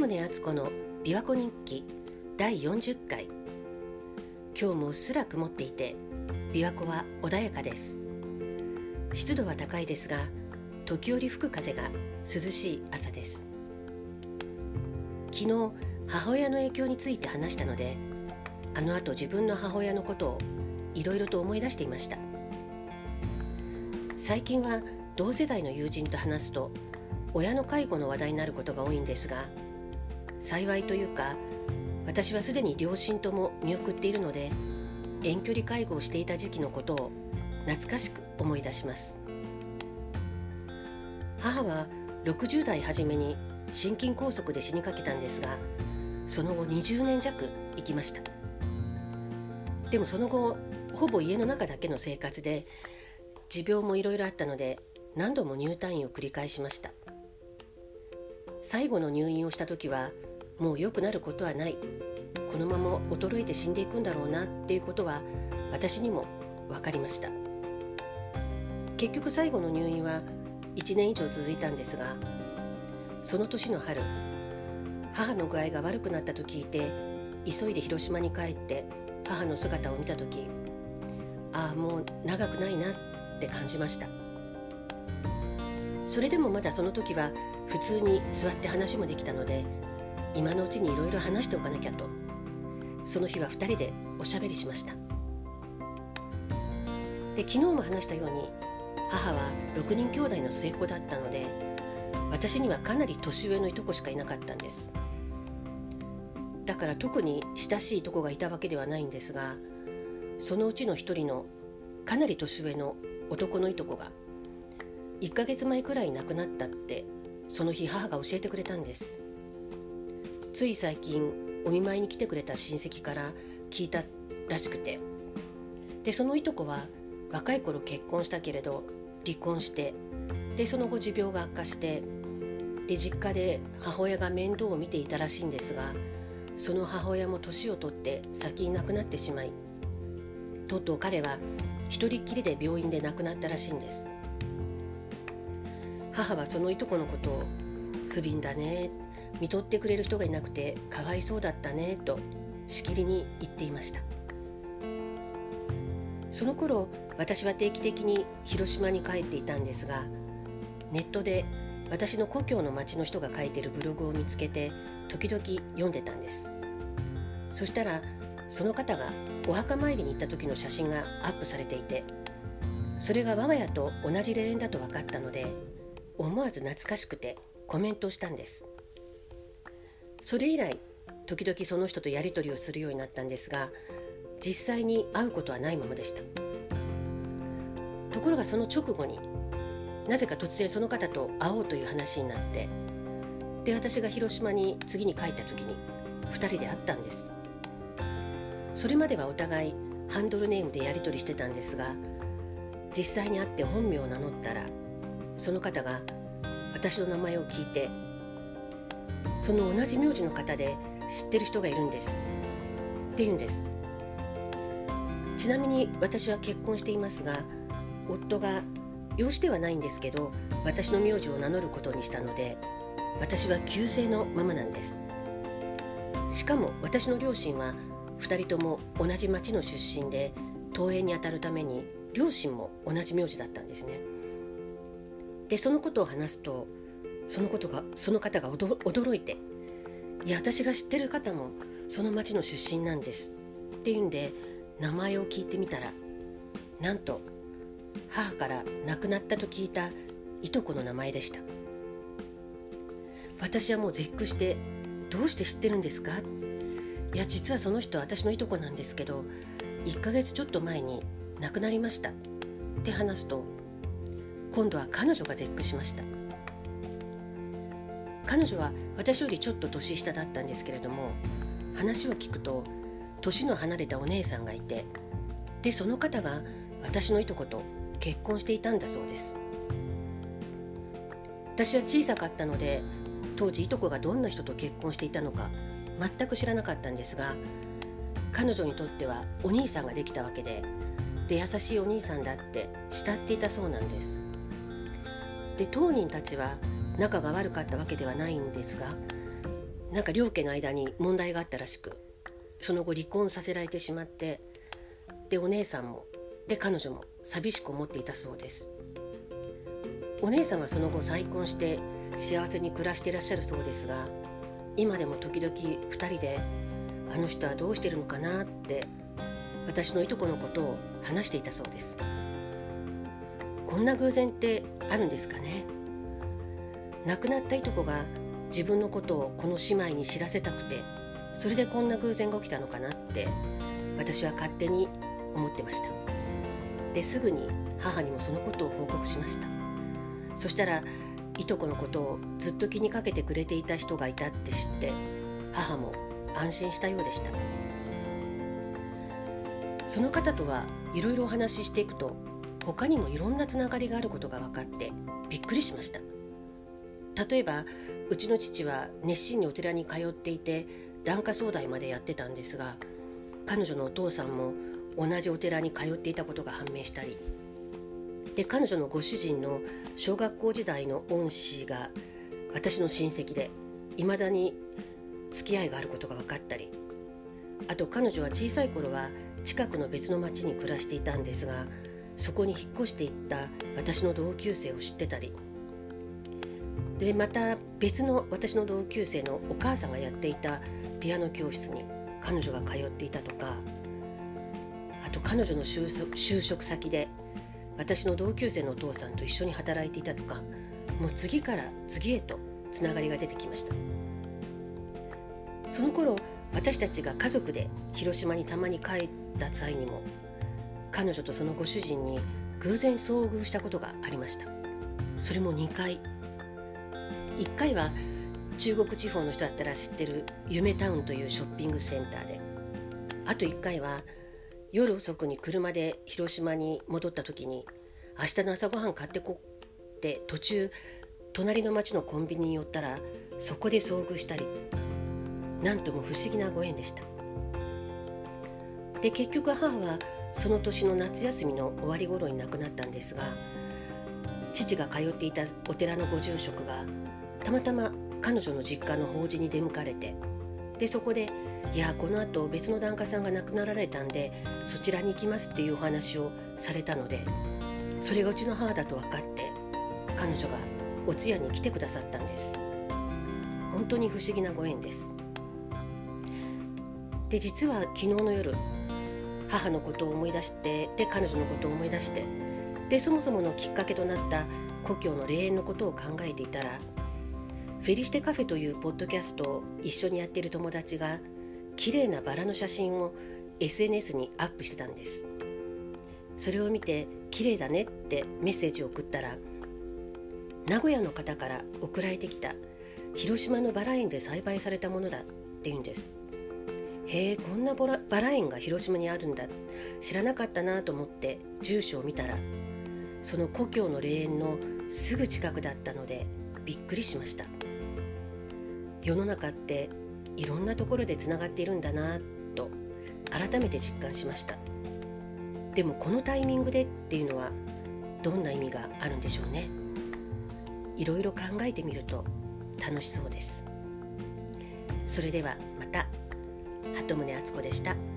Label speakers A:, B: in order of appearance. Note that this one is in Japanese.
A: 宗敦子の琵琶湖日記第40回。今日もうっすら曇っていて、琵琶湖は穏やかです。湿度は高いですが、時折吹く風が涼しい朝です。昨日母親の影響について話したので、あの後自分の母親のことをいろいろと思い出していました。最近は同世代の友人と話すと親の介護の話題になることが多いんですが、幸いというか私はすでに両親とも見送っているので、遠距離介護をしていた時期のことを懐かしく思い出します。母は60代初めに心筋梗塞で死にかけたんですが、その後20年弱生きました。でもその後ほぼ家の中だけの生活で、持病もいろいろあったので何度も入退院を繰り返しました。最後の入院をした時は、もう良くなることはない、このまま衰えて死んでいくんだろうなっていうことは私にも分かりました。結局最後の入院は1年以上続いたんですが、その年の春、母の具合が悪くなったと聞いて急いで広島に帰って母の姿を見た時、ああもう長くないなって感じました。それでもまだその時は普通に座って話もできたので、今のうちにいろいろ話しておかなきゃと、その日は2人でおしゃべりしました。で、昨日も話したように、母は6人兄弟の末っ子だったので、私にはかなり年上のいとこしかいなかったんです。だから特に親しいいとこがいたわけではないんですが、そのうちの一人のかなり年上の男のいとこが1ヶ月前くらい亡くなったって、その日母が教えてくれたんです。つい最近お見舞いに来てくれた親戚から聞いたらしくて、でそのいとこは若い頃結婚したけれど離婚して、でその後持病が悪化して、で実家で母親が面倒を見ていたらしいんですが、その母親も年を取って先に亡くなってしまい、とうとう彼は一人っきりで病院で亡くなったらしいんです。母はそのいとこのことを不憫だね、看取ってくれる人がいなくてかわいそうだったねとしきりに言っていました。その頃私は定期的に広島に帰っていたんですが、ネットで私の故郷の町の人が書いているブログを見つけて時々読んでたんです。そしたらその方がお墓参りに行った時の写真がアップされていて、それが我が家と同じ霊園だと分かったので、思わず懐かしくてコメントをしたんです。それ以来時々その人とやり取りをするようになったんですが、実際に会うことはないままでした。ところがその直後になぜか突然その方と会おうという話になって、で私が広島に次に帰った時に2人で会ったんです。それまではお互いハンドルネームでやり取りしてたんですが、実際に会って本名を名乗ったら、その方が私の名前を聞いて、その同じ名字の方で知ってる人がいるんですって言うんです。ちなみに私は結婚していますが、夫が養子ではないんですけど私の名字を名乗ることにしたので、私は旧姓のままなんです。しかも私の両親は2人とも同じ町の出身で、遠縁にあたるために両親も同じ名字だったんですね。でそのことを話すと、その方が驚いて、いや私が知ってる方もその町の出身なんですっていうんで、名前を聞いてみたら、なんと母から亡くなったと聞いたいとこの名前でした。私はもう絶句して、どうして知ってるんですか？いや実はその人は私のいとこなんですけど、1ヶ月ちょっと前に亡くなりましたって話すと、今度は彼女が絶句しました。彼女は私よりちょっと年下だったんですけれども、話を聞くと年の離れたお姉さんがいて、でその方が私のいとこと結婚していたんだそうです。私は小さかったので、当時いとこがどんな人と結婚していたのか全く知らなかったんですが、彼女にとってはお兄さんができたわけで、優しいお兄さんだって慕っていたそうなんです。で当人たちは仲が悪かったわけではないんですが、 なんか両家の間に問題があったらしく、その後離婚させられてしまって、でお姉さんもで彼女も寂しく思っていたそうです。お姉さんはその後再婚して幸せに暮らしていらっしゃるそうですが、今でも時々2人であの人はどうしてるのかなって私のいとこのことを話していたそうです。こんな偶然ってあるんですかね。亡くなったいとこが自分のことをこの姉妹に知らせたくて、それでこんな偶然が起きたのかなって私は勝手に思ってました。ですぐに母にもそのことを報告しました。そしたらいとこのことをずっと気にかけてくれていた人がいたって知って、母も安心したようでした。その方とはいろいろお話ししていくと、他にもいろんなつながりがあることが分かってびっくりしました。例えばうちの父は熱心にお寺に通っていて檀家総代までやってたんですが、彼女のお父さんも同じお寺に通っていたことが判明したりで、彼女のご主人の小学校時代の恩師が私の親戚でいまだに付き合いがあることが分かったり、あと彼女は小さい頃は近くの別の町に暮らしていたんですが、そこに引っ越していった私の同級生を知ってたりで、また別の私の同級生のお母さんがやっていたピアノ教室に彼女が通っていたとか、あと彼女の就職先で私の同級生のお父さんと一緒に働いていたとか、もう次から次へとつながりが出てきました。その頃私たちが家族で広島にたまに帰った際にも、彼女とそのご主人に偶然遭遇したことがありました。それも2回。1回は中国地方の人だったら知ってる夢タウンというショッピングセンターで、あと1回は夜遅くに車で広島に戻った時に、明日の朝ごはん買ってこって途中隣の町のコンビニに寄ったら、そこで遭遇したり、なんとも不思議なご縁でした。で結局母はその年の夏休みの終わり頃に亡くなったんですが、父が通っていたお寺のご住職がたまたま彼女の実家の法事に出向かれて、でそこでいやこの後別の檀家さんが亡くなられたんでそちらに行きますっていうお話をされたので、それがうちの母だと分かって彼女がお通夜に来てくださったんです。本当に不思議なご縁です。で実は昨日の夜、母のことを思い出して、で彼女のことを思い出して、でそもそものきっかけとなった故郷の霊園のことを考えていたら、フェリシテカフェというポッドキャストを一緒にやっている友達が綺麗なバラの写真を SNS にアップしてたんです。それを見て綺麗だねってメッセージを送ったら、名古屋の方から送られてきた広島のバラ園で栽培されたものだっていうんです。へえ、こんなバラ園が広島にあるんだ、知らなかったなと思って住所を見たら、その故郷の霊園のすぐ近くだったのでびっくりしました。世の中っていろんなところでつながっているんだなと改めて実感しました。でもこのタイミングでっていうのはどんな意味があるんでしょうね。いろいろ考えてみると楽しそうです。それではまた。鳩宗敦子でした。